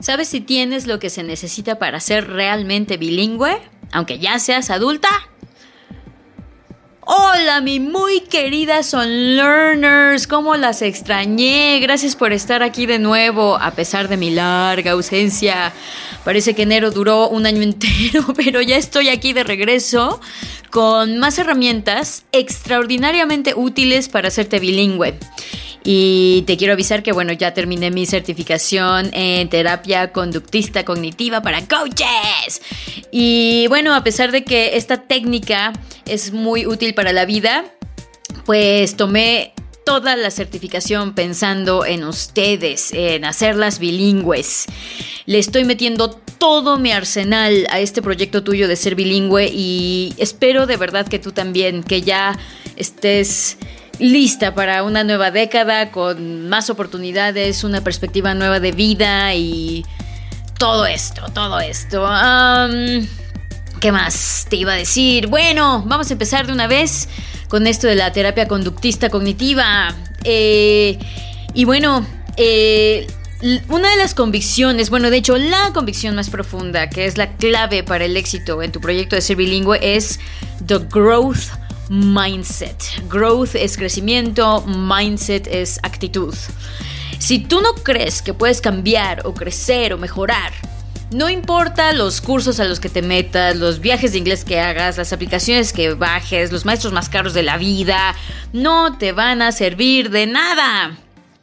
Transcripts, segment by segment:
¿Sabes si tienes lo que se necesita para ser realmente bilingüe, aunque ya seas adulta? Hola, mi muy queridas Unlearners, ¿cómo las extrañé? Gracias por estar aquí de nuevo, a pesar de mi larga ausencia. Parece que enero duró un año entero, pero ya estoy aquí de regreso con más herramientas extraordinariamente útiles para hacerte bilingüe. Y te quiero avisar que, ya terminé mi certificación en terapia conductista cognitiva para coaches. Y a pesar de que esta técnica es muy útil para la vida, pues tomé toda la certificación pensando en ustedes, en hacerlas bilingües. Le estoy metiendo todo mi arsenal a este proyecto tuyo de ser bilingüe y espero de verdad que tú también, que ya estés lista para una nueva década con más oportunidades, una perspectiva nueva de vida y todo esto. ¿Qué más te iba a decir? Bueno, vamos a empezar de una vez con esto de la terapia conductista cognitiva. Una de las convicciones, de hecho, la convicción más profunda, que es la clave para el éxito en tu proyecto de ser bilingüe, es the growth mindset. Growth es crecimiento, mindset es actitud. Si tú no crees que puedes cambiar o crecer o mejorar, no importa los cursos a los que te metas, los viajes de inglés que hagas, las aplicaciones que bajes, los maestros más caros de la vida, no te van a servir de nada.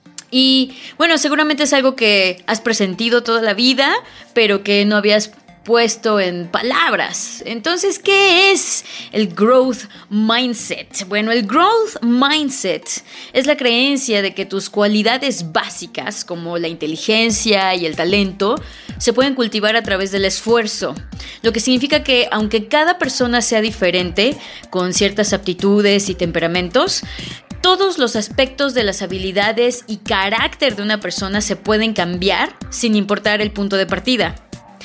Y seguramente es algo que has presentido toda la vida, pero que no habías puesto en palabras. Entonces, ¿qué es el growth mindset? El growth mindset es la creencia de que tus cualidades básicas, como la inteligencia y el talento, se pueden cultivar a través del esfuerzo. Lo que significa que, aunque cada persona sea diferente, con ciertas aptitudes y temperamentos, todos los aspectos de las habilidades y carácter de una persona se pueden cambiar sin importar el punto de partida.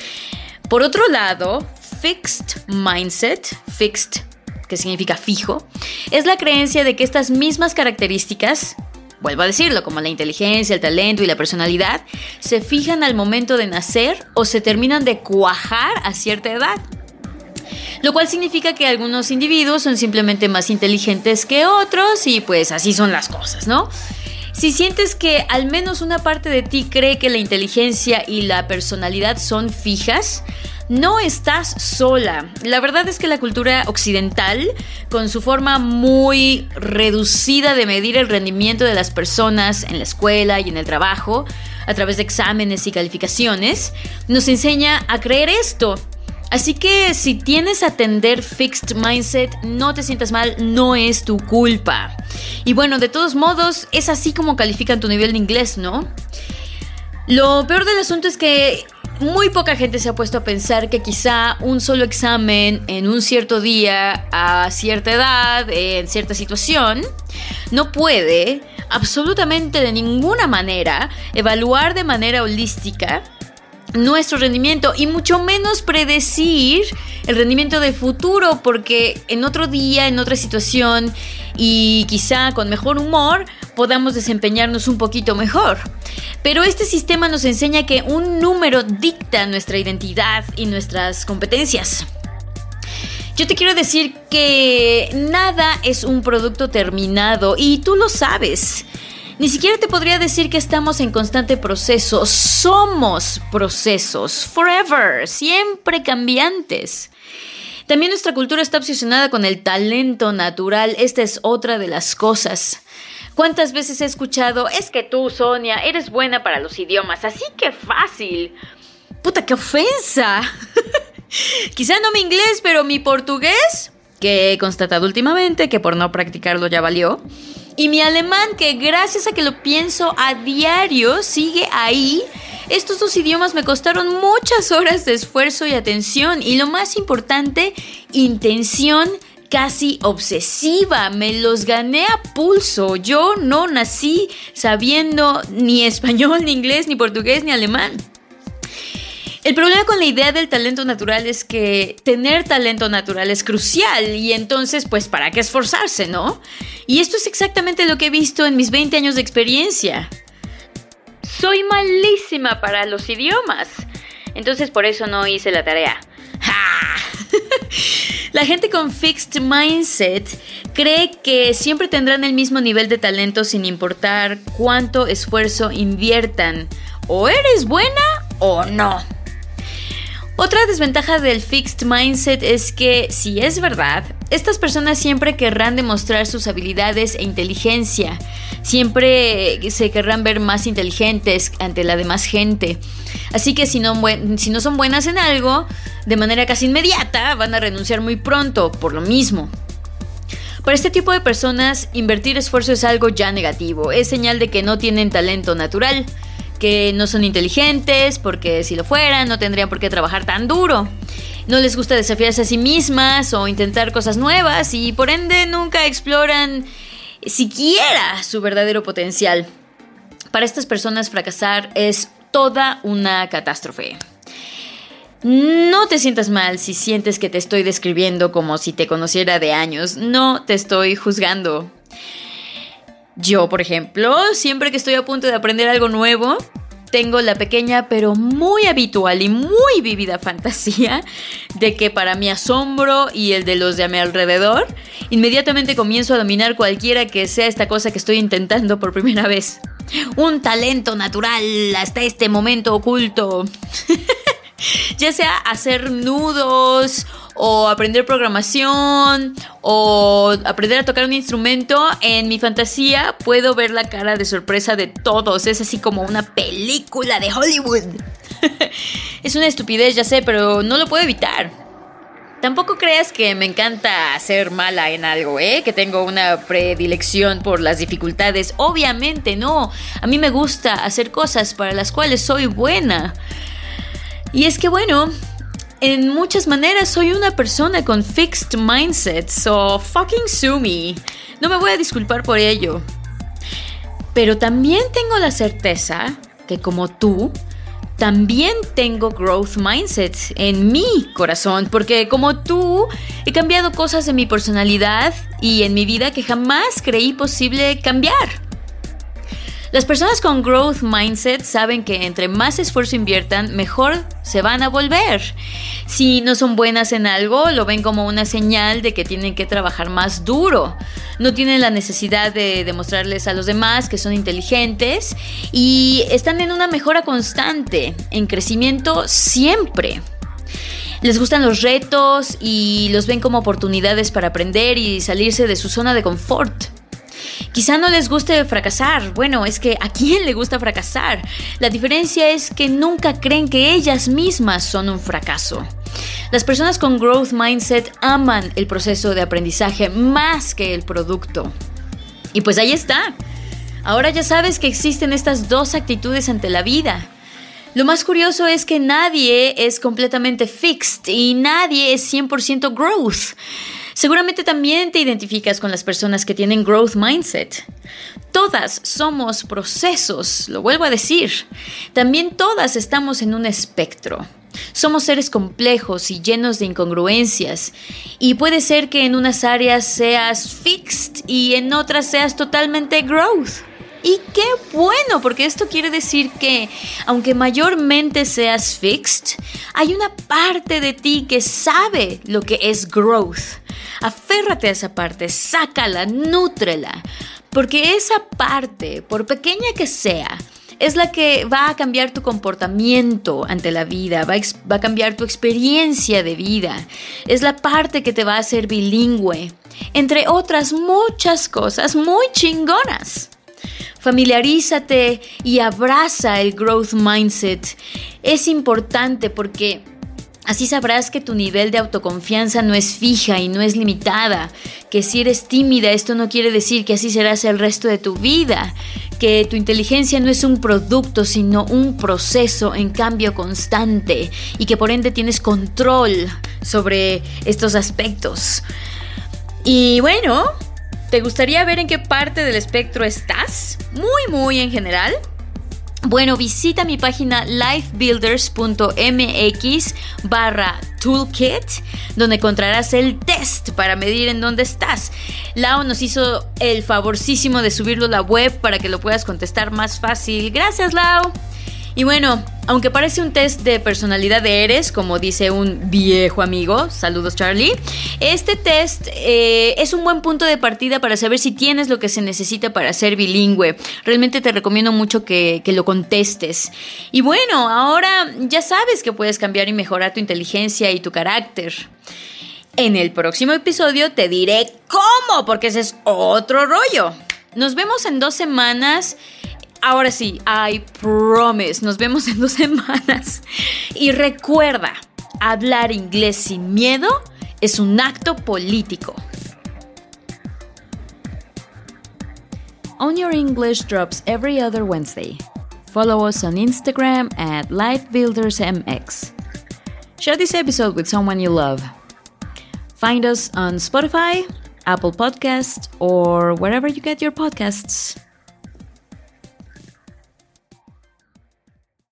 Por otro lado, fixed mindset, fixed, que significa fijo, es la creencia de que estas mismas características, vuelvo a decirlo, como la inteligencia, el talento y la personalidad, se fijan al momento de nacer o se terminan de cuajar a cierta edad. Lo cual significa que algunos individuos son simplemente más inteligentes que otros y pues así son las cosas, ¿no? Si sientes que al menos una parte de ti cree que la inteligencia y la personalidad son fijas, no estás sola. La verdad es que la cultura occidental, con su forma muy reducida de medir el rendimiento de las personas en la escuela y en el trabajo, a través de exámenes y calificaciones, nos enseña a creer esto. Así que si tienes a atender fixed mindset, no te sientas mal, no es tu culpa. Y de todos modos, es así como califican tu nivel de inglés, ¿no? Lo peor del asunto es que muy poca gente se ha puesto a pensar que quizá un solo examen en un cierto día, a cierta edad, en cierta situación, no puede absolutamente de ninguna manera evaluar de manera holística nuestro rendimiento y mucho menos predecir el rendimiento del futuro, porque en otro día, en otra situación y quizá con mejor humor podamos desempeñarnos un poquito mejor. Pero este sistema nos enseña que un número dicta nuestra identidad y nuestras competencias. Yo te quiero decir que nada es un producto terminado y tú lo sabes. Ni siquiera te podría decir que estamos en constante proceso. Somos procesos, forever, siempre cambiantes. También nuestra cultura está obsesionada con el talento natural. Esta es otra de las cosas. ¿Cuántas veces he escuchado? Es que tú, Sonia, eres buena para los idiomas, así que fácil. ¡Puta, qué ofensa! Quizá no mi inglés, pero mi portugués, que he constatado últimamente que por no practicarlo ya valió. Y mi alemán, que gracias a que lo pienso a diario, sigue ahí. Estos dos idiomas me costaron muchas horas de esfuerzo y atención. Y lo más importante, intención casi obsesiva. Me los gané a pulso. Yo no nací sabiendo ni español, ni inglés, ni portugués, ni alemán. El problema con la idea del talento natural es que tener talento natural es crucial y entonces, pues, ¿para qué esforzarse, no? Y esto es exactamente lo que he visto en mis 20 años de experiencia. soy malísima para los idiomas. Entonces por eso no hice la tarea. ¡Ja! La gente con fixed mindset cree que siempre tendrán el mismo nivel de talento sin importar cuánto esfuerzo inviertan. O eres buena o no. Otra desventaja del fixed mindset es que, si es verdad, estas personas siempre querrán demostrar sus habilidades e inteligencia. Siempre se querrán ver más inteligentes ante la demás gente. Así que si no son buenas en algo, de manera casi inmediata van a renunciar muy pronto por lo mismo. Para este tipo de personas, invertir esfuerzo es algo ya negativo. Es señal de que no tienen talento natural, que no son inteligentes, porque si lo fueran no tendrían por qué trabajar tan duro. No les gusta desafiarse a sí mismas o intentar cosas nuevas y por ende nunca exploran siquiera su verdadero potencial. Para estas personas fracasar es toda una catástrofe. No te sientas mal si sientes que te estoy describiendo como si te conociera de años. No te estoy juzgando. Yo, por ejemplo, siempre que estoy a punto de aprender algo nuevo, tengo la pequeña pero muy habitual y muy vívida fantasía de que para mi asombro y el de los de a mi alrededor, inmediatamente comienzo a dominar cualquiera que sea esta cosa que estoy intentando por primera vez. Un talento natural hasta este momento oculto. Ya sea hacer nudos, o aprender programación, o aprender a tocar un instrumento, en mi fantasía puedo ver la cara de sorpresa de todos. Es así como una película de Hollywood. Es una estupidez, ya sé, pero no lo puedo evitar. Tampoco creas que me encanta ser mala en algo, que tengo una predilección por las dificultades. Obviamente no. A mí me gusta hacer cosas para las cuales soy buena. Y es que bueno, en muchas maneras soy una persona con fixed mindset, so fucking sue me. No me voy a disculpar por ello. Pero también tengo la certeza que como tú, también tengo growth mindset en mi corazón, porque como tú, he cambiado cosas en mi personalidad y en mi vida que jamás creí posible cambiar. Las personas con growth mindset saben que entre más esfuerzo inviertan, mejor se van a volver. Si no son buenas en algo, lo ven como una señal de que tienen que trabajar más duro. No tienen la necesidad de demostrarles a los demás que son inteligentes y están en una mejora constante, en crecimiento siempre. Les gustan los retos y los ven como oportunidades para aprender y salirse de su zona de confort. Quizá no les guste fracasar. Bueno, es que ¿a quién le gusta fracasar? La diferencia es que nunca creen que ellas mismas son un fracaso. Las personas con growth mindset aman el proceso de aprendizaje más que el producto. Y pues ahí está. Ahora ya sabes que existen estas dos actitudes ante la vida. Lo más curioso es que nadie es completamente fixed y nadie es 100% growth. Seguramente también te identificas con las personas que tienen growth mindset. Todas somos procesos, lo vuelvo a decir. También todas estamos en un espectro. Somos seres complejos y llenos de incongruencias. Y puede ser que en unas áreas seas fixed y en otras seas totalmente growth. Y qué bueno, porque esto quiere decir que, aunque mayormente seas fixed, hay una parte de ti que sabe lo que es growth. Aférrate a esa parte, sácala, nútrela, porque esa parte, por pequeña que sea, es la que va a cambiar tu comportamiento ante la vida, va a cambiar tu experiencia de vida. Es la parte que te va a hacer bilingüe, entre otras muchas cosas muy chingonas. Familiarízate y abraza el growth mindset. Es importante porque así sabrás que tu nivel de autoconfianza no es fija y no es limitada. Que si eres tímida, esto no quiere decir que así serás el resto de tu vida. Que tu inteligencia no es un producto, sino un proceso en cambio constante. Y que por ende tienes control sobre estos aspectos. Y bueno, ¿te gustaría ver en qué parte del espectro estás? Muy en general. Bueno, visita mi página lifebuilders.mx/toolkit, donde encontrarás el test para medir en dónde estás. Lau nos hizo el favorcísimo de subirlo a la web para que lo puedas contestar más fácil. Gracias, Lau. Y bueno, aunque parece un test de personalidad de eres, como dice un viejo amigo, saludos Charlie, este test es un buen punto de partida para saber si tienes lo que se necesita para ser bilingüe. Realmente te recomiendo mucho que lo contestes. Y bueno, ahora ya sabes que puedes cambiar y mejorar tu inteligencia y tu carácter. En el próximo episodio te diré cómo, porque ese es otro rollo. Nos vemos en 2 semanas. Ahora sí, I promise, nos vemos en 2 semanas. Y recuerda, hablar inglés sin miedo es un acto político. On Your English drops every other Wednesday. Follow us on Instagram at LifeBuildersMX. Share this episode with someone you love. Find us on Spotify, Apple Podcasts, or wherever you get your podcasts.